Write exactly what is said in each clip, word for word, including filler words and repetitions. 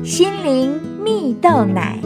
心灵蜜豆奶。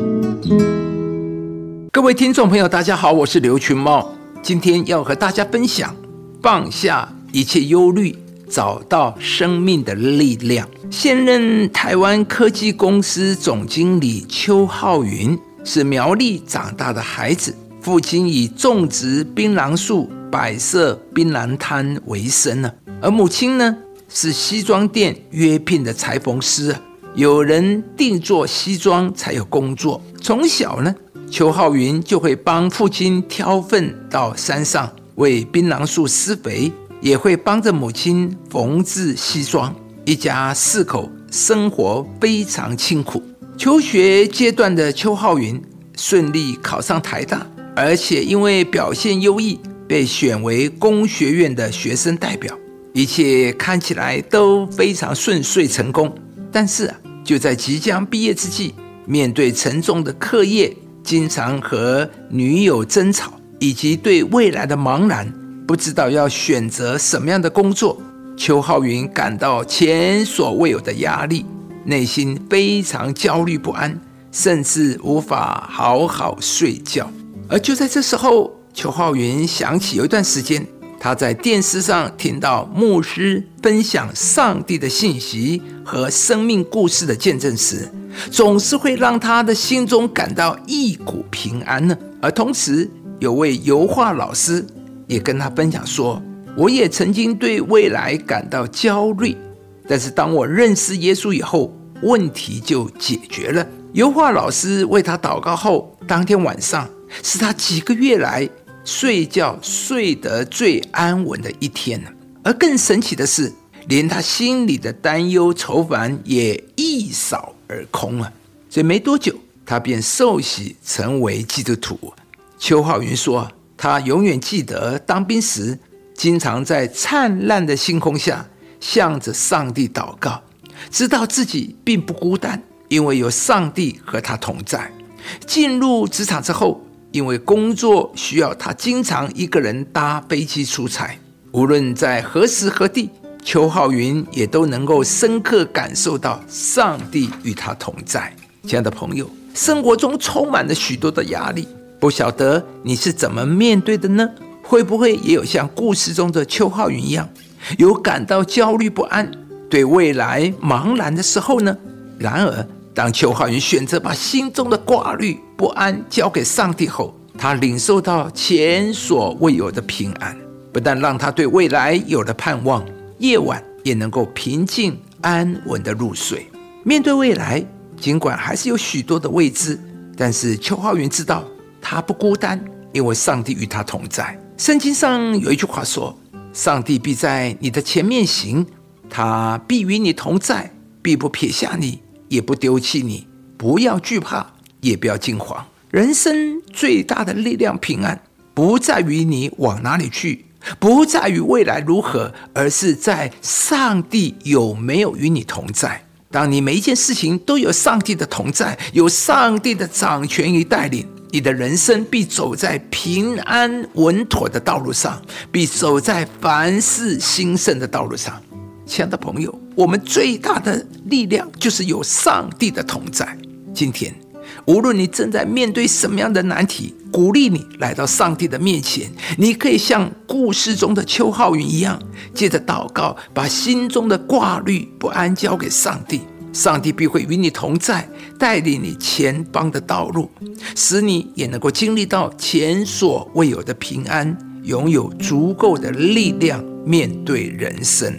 各位听众朋友大家好，我是刘群茂，今天要和大家分享放下一切忧虑，找到生命的力量。现任台湾科技公司总经理邱浩云是苗栗长大的孩子，父亲以种植槟榔树、摆设槟榔摊为生呢，而母亲呢是西装店约聘的裁缝师，有人定做西装才有工作。从小呢，邱浩云就会帮父亲挑粪到山上为槟榔树施肥，也会帮着母亲缝制西装。一家四口生活非常清苦。求学阶段的邱浩云顺利考上台大，而且因为表现优异，被选为工学院的学生代表，一切看起来都非常顺遂成功。但是啊，就在即将毕业之际，面对沉重的课业，经常和女友争吵，以及对未来的茫然，不知道要选择什么样的工作，邱浩云感到前所未有的压力，内心非常焦虑不安，甚至无法好好睡觉。而就在这时候，邱浩云想起有一段时间，他在电视上听到牧师分享上帝的信息和生命故事的见证时，总是会让他的心中感到一股平安呢。而同时，有位油画老师也跟他分享说，我也曾经对未来感到焦虑，但是当我认识耶稣以后，问题就解决了。油画老师为他祷告后，当天晚上是他几个月来睡觉睡得最安稳的一天。而更神奇的是，连他心里的担忧愁烦也一扫而空了。所以没多久，他便受洗成为基督徒。邱浩云说，他永远记得当兵时经常在灿烂的星空下向着上帝祷告，知道自己并不孤单，因为有上帝和他同在。进入职场之后，因为工作需要，他经常一个人搭飞机出差。无论在何时何地，邱浩云也都能够深刻感受到上帝与他同在。亲爱的朋友，生活中充满了许多的压力，不晓得你是怎么面对的呢？会不会也有像故事中的邱浩云一样，有感到焦虑不安，对未来茫然的时候呢？然而当邱浩云选择把心中的挂虑不安交给上帝后，他领受到前所未有的平安，不但让他对未来有了盼望，夜晚也能够平静安稳地入睡。面对未来，尽管还是有许多的未知，但是邱浩云知道他不孤单，因为上帝与他同在。圣经上有一句话说，上帝必在你的前面行，他必与你同在，必不撇下你，也不丢弃你。不要惧怕，也不要惊慌。人生最大的力量平安，不在于你往哪里去，不在于未来如何，而是在上帝有没有与你同在。当你每一件事情都有上帝的同在，有上帝的掌权与带领，你的人生必走在平安稳妥的道路上，必走在凡事兴盛的道路上。亲爱的朋友，我们最大的力量就是有上帝的同在。今天无论你正在面对什么样的难题，鼓励你来到上帝的面前，你可以像故事中的邱浩云一样，借着祷告把心中的挂虑不安交给上帝，上帝必会与你同在，带领你前方的道路，使你也能够经历到前所未有的平安，拥有足够的力量面对人生。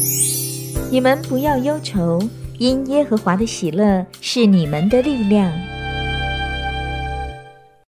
你们不要忧愁，因耶和华的喜乐是你们的力量。